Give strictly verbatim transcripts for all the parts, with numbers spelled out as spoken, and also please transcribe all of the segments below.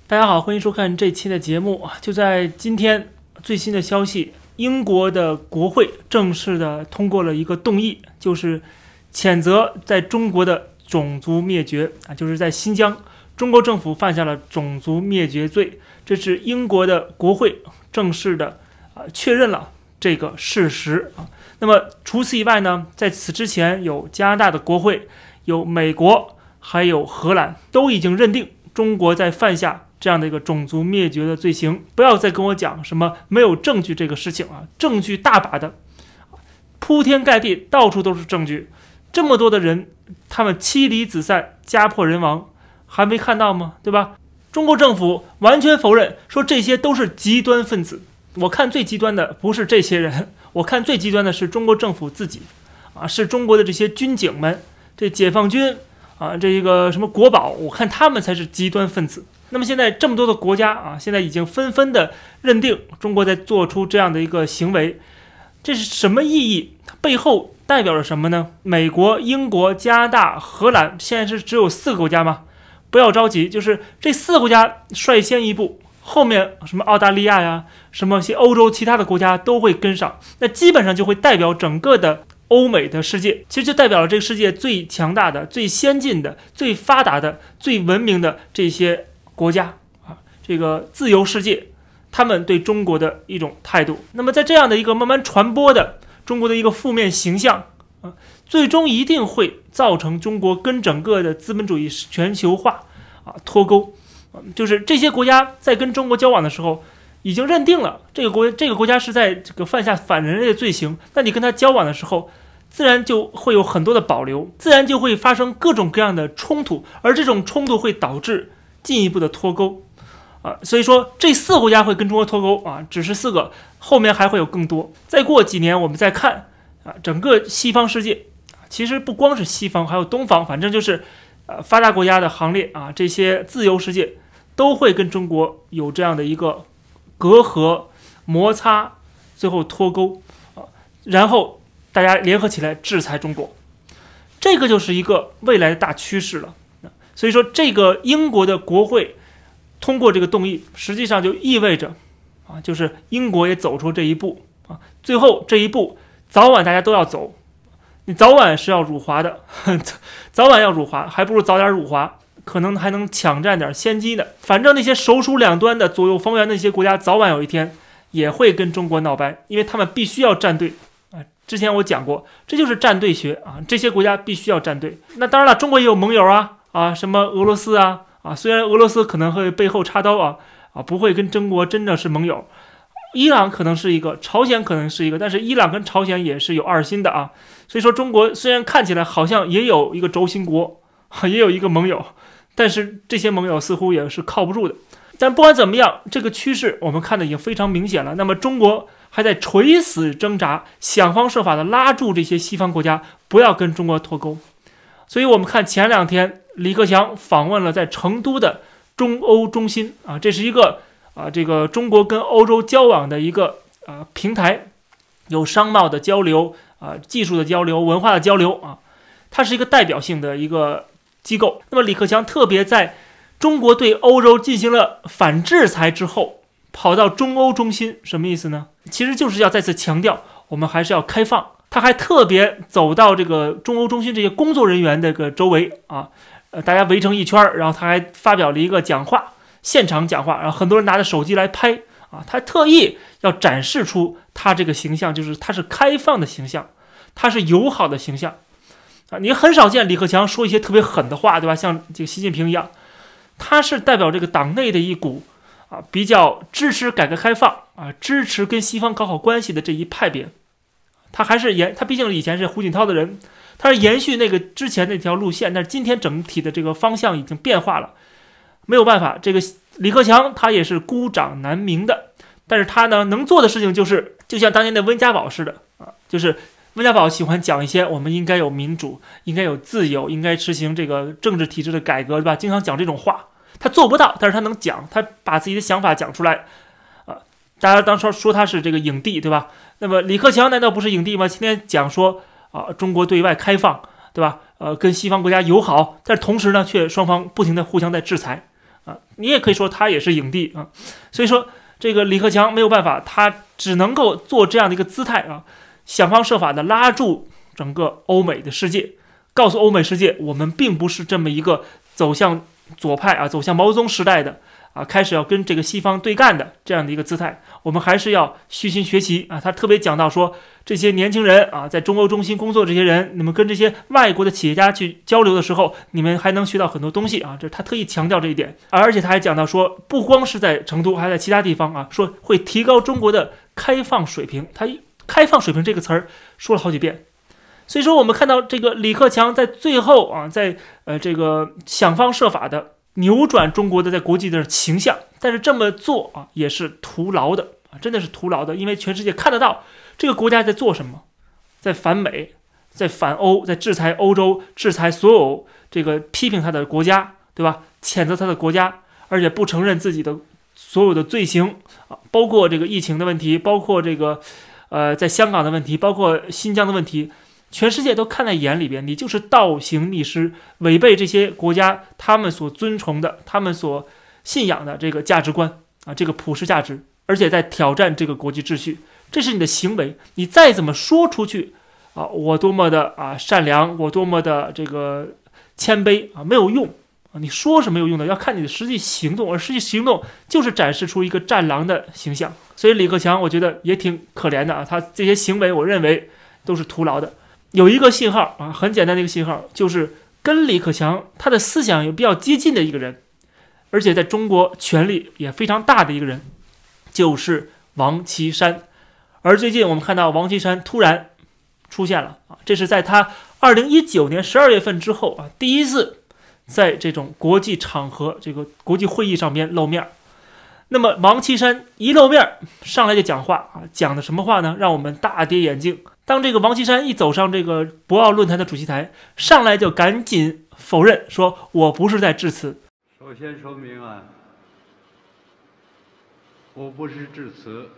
大家好，欢迎收看这期的节目。就在今天，最新的消息，英国的国会正式的通过了一个动议，就是谴责在中国的种族灭绝啊，就是在新疆，中国政府犯下了种族灭绝罪。这是英国的国会正式的啊确认了这个事实啊。那么除此以外呢，在此之前有加拿大的国会、有美国，还有荷兰，都已经认定中国在犯下这样的一个种族灭绝的罪行。不要再跟我讲什么没有证据这个事情啊，证据大把的，铺天盖地，到处都是证据。这么多的人，他们妻离子散，家破人亡，还没看到吗？对吧？中国政府完全否认，说这些都是极端分子。我看最极端的不是这些人，我看最极端的是中国政府自己啊，是中国的这些军警们，这解放军啊，这个什么国保，我看他们才是极端分子。那么现在这么多的国家啊，现在已经纷纷的认定中国在做出这样的一个行为，这是什么意义？它背后代表了什么呢？美国、英国、加拿大、荷兰，现在是只有四个国家吗？不要着急，就是这四个国家率先一步，后面什么澳大利亚呀，什么些欧洲其他的国家都会跟上，那基本上就会代表整个的欧美的世界，其实就代表了这个世界最强大的、最先进的、最发达的、最文明的这些国家啊，这个自由世界，他们对中国的一种态度。那么在这样的一个慢慢传播的中国的一个负面形象啊，最终一定会造成中国跟整个的资本主义全球化啊脱钩。就是这些国家在跟中国交往的时候，已经认定了这个国这个国家是在这个犯下反人类的罪行，那你跟他交往的时候，自然就会有很多的保留，自然就会发生各种各样的冲突，而这种冲突会导致进一步的脱钩啊。所以说这四个国家会跟中国脱钩啊，只是四个，后面还会有更多。再过几年我们再看啊，整个西方世界，其实不光是西方，还有东方，反正就是呃发达国家的行列啊，这些自由世界都会跟中国有这样的一个隔阂、摩擦，最后脱钩啊，然后大家联合起来制裁中国，这个就是一个未来的大趋势了。所以说，这个英国的国会通过这个动议，实际上就意味着啊，就是英国也走出这一步啊，最后这一步早晚大家都要走，你早晚是要辱华的，早晚要辱华，还不如早点辱华。可能还能抢占点先机的，反正那些首鼠两端的左右逢源的那些国家，早晚有一天也会跟中国闹掰，因为他们必须要站队啊。之前我讲过，这就是站队学啊，这些国家必须要站队。那当然了，中国也有盟友啊啊，什么俄罗斯啊啊，虽然俄罗斯可能会背后插刀啊啊，不会跟中国真的是盟友。伊朗可能是一个，朝鲜可能是一个，但是伊朗跟朝鲜也是有二心的啊。所以说，中国虽然看起来好像也有一个轴心国，也有一个盟友。但是这些盟友似乎也是靠不住的。但不管怎么样，这个趋势我们看的已经非常明显了。那么中国还在垂死挣扎，想方设法的拉住这些西方国家，不要跟中国脱钩。所以我们看前两天李克强访问了在成都的中欧中心啊，这是一个啊这个中国跟欧洲交往的一个啊平台，有商贸的交流啊、技术的交流、文化的交流啊，它是一个代表性的一个机构。那么李克强特别在中国对欧洲进行了反制裁之后，跑到中欧中心，什么意思呢？其实就是要再次强调，我们还是要开放。他还特别走到这个中欧中心这些工作人员的个周围啊，呃，大家围成一圈，然后他还发表了一个讲话，现场讲话，然后很多人拿着手机来拍啊，他特意要展示出他这个形象，就是他是开放的形象，他是友好的形象。啊，你很少见李克强说一些特别狠的话，对吧？像这个习近平一样，他是代表这个党内的一股啊，比较支持改革开放啊，支持跟西方搞好关系的这一派别。他还是延，他毕竟以前是胡锦涛的人，他是延续那个之前那条路线，但是今天整体的这个方向已经变化了，没有办法，这个李克强他也是孤掌难鸣的，但是他呢能做的事情就是，就像当年的温家宝似的啊，就是。温家宝喜欢讲一些我们应该有民主，应该有自由，应该实行这个政治体制的改革，对吧？经常讲这种话，他做不到，但是他能讲，他把自己的想法讲出来，啊，大家当时说他是这个影帝，对吧？那么李克强难道不是影帝吗？今天讲说啊，中国对外开放，对吧？呃，跟西方国家友好，但是同时呢，却双方不停的互相在制裁， 啊，你也可以说他也是影帝啊。所以说这个李克强没有办法，他只能够做这样的一个姿态啊，想方设法的拉住整个欧美的世界，告诉欧美世界，我们并不是这么一个走向左派啊，走向毛泽东时代的啊，开始要跟这个西方对干的这样的一个姿态，我们还是要虚心学习啊。他特别讲到说，这些年轻人啊，在中欧中心工作这些人，你们跟这些外国的企业家去交流的时候，你们还能学到很多东西啊。这是他特意强调这一点，而且他还讲到说，不光是在成都，还在其他地方啊，说会提高中国的开放水平。他开放水平这个词儿说了好几遍。所以说，我们看到这个李克强在最后啊，在呃这个想方设法的扭转中国的在国际的形象，但是这么做啊也是徒劳的啊，真的是徒劳的，因为全世界看得到这个国家在做什么，在反美，在反欧，在制裁欧洲，制裁所有这个批评他的国家，对吧？谴责他的国家，而且不承认自己的所有的罪行啊，包括这个疫情的问题，包括这个呃在香港的问题，包括新疆的问题。全世界都看在眼里边，你就是倒行逆施，违背这些国家他们所尊崇的、他们所信仰的这个价值观啊，这个普世价值，而且在挑战这个国际秩序。这是你的行为，你再怎么说出去啊，我多么的啊善良，我多么的这个谦卑啊，没有用啊，你说是没有用的，要看你的实际行动，而实际行动就是展示出一个战狼的形象。所以李克强我觉得也挺可怜的啊，他这些行为我认为都是徒劳的。有一个信号啊，很简单的一个信号，就是跟李克强他的思想也比较接近的一个人，而且在中国权力也非常大的一个人，就是王岐山。而最近我们看到王岐山突然出现了啊，这是在他二零一九年十二月份之后啊，第一次在这种国际场合、这个国际会议上边露面。那么王岐山一露面上来就讲话啊，讲的什么话呢？让我们大跌眼镜。当这个王岐山一走上这个博鳌论坛的主席台，上来就赶紧否认，说我不是在致辞。 首先说明啊，我不是致辞，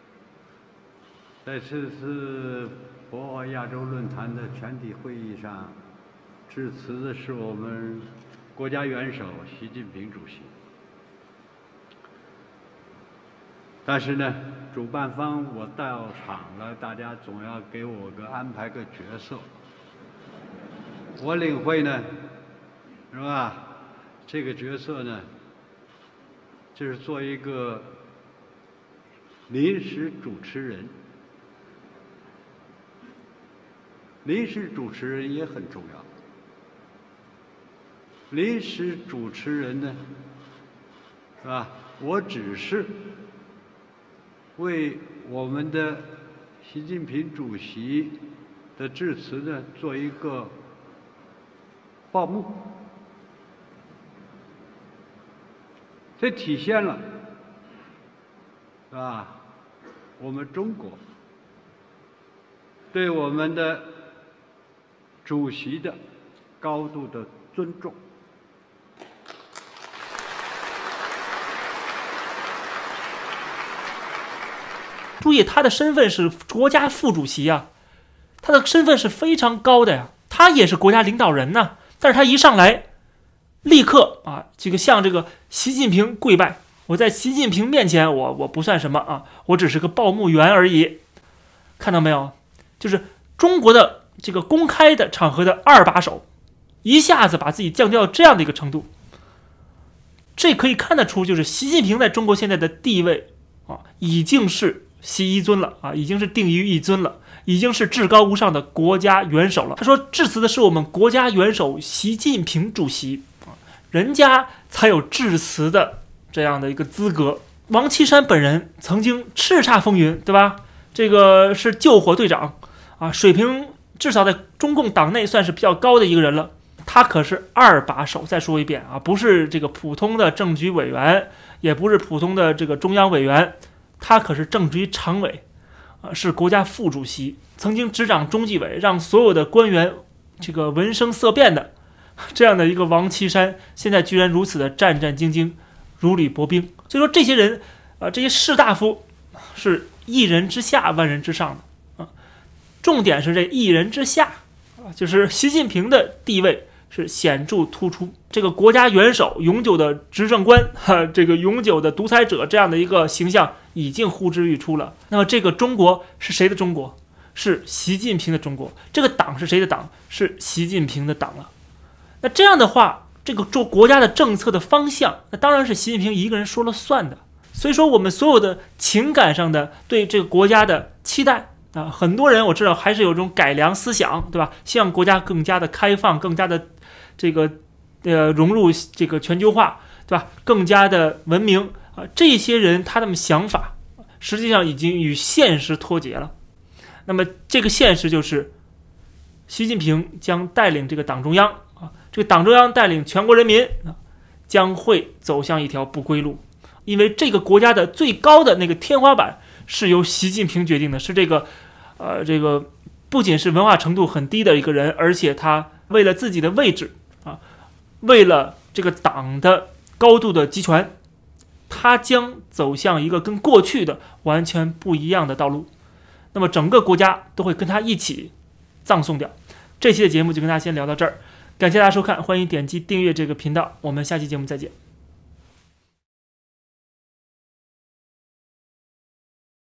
在这次博鳌亚洲论坛的全体会议上，致辞的是我们国家元首习近平主席。但是呢，主办方我到场了，大家总要给我个安排个角色。我领会呢，是吧？这个角色呢，就是做一个临时主持人。临时主持人也很重要。临时主持人呢，是吧？我只是为我们的习近平主席的致辞呢做一个报幕，这体现了，是吧？我们中国对我们的主席的高度的尊重。 注意，他的身份是国家副主席啊，他的身份是非常高的呀，他也是国家领导人呢。但是他一上来，立刻啊，这个向这个习近平跪拜。我在习近平面前，我我不算什么啊，我只是个报幕员而已。看到没有？就是中国的这个公开的场合的二把手，一下子把自己降低到这样的一个程度。这可以看得出，就是习近平在中国现在的地位啊，已经是习一尊了啊，已经是定于一尊了，已经是至高无上的国家元首了。他说致辞的是我们国家元首习近平主席啊，人家才有致辞的这样的一个资格。王岐山本人曾经叱咤风云，对吧？这个是救火队长啊，水平至少在中共党内算是比较高的一个人了。他可是二把手，再说一遍啊，不是这个普通的政局委员，也不是普通的这个中央委员。他可是政局常委，啊，是国家副主席，曾经执掌中纪委，让所有的官员这个闻声色变的，这样的一个王岐山，现在居然如此的战战兢兢，如履薄冰。所以说这些人啊，这些士大夫是一人之下，万人之上的啊。重点是这一人之下啊，就是习近平的地位是显著突出。这个国家元首、永久的执政官、哈，这个永久的独裁者这样的一个形象已经呼之欲出了。那么这个中国是谁的中国？是习近平的中国。这个党是谁的党？是习近平的党了。那这样的话，这个做国家的政策的方向，那当然是习近平一个人说了算的。所以说，我们所有的情感上的对这个国家的期待啊，很多人我知道还是有这种改良思想，对吧？希望国家更加的开放，更加的这个呃融入这个全球化，对吧？更加的文明啊，这些人他们想法实际上已经与现实脱节了。那么这个现实就是，习近平将带领这个党中央啊，这个党中央带领全国人民啊，将会走向一条不归路。因为这个国家的最高的那个天花板是由习近平决定的，是这个，呃，这个不仅是文化程度很低的一个人，而且他为了自己的位置啊，为了这个党的高度的集权，他将走向一个跟过去的完全不一样的道路。那么整个国家都会跟他一起葬送掉。这期的节目就跟大家先聊到这儿，感谢大家收看，欢迎点击订阅这个频道，我们下期节目再见。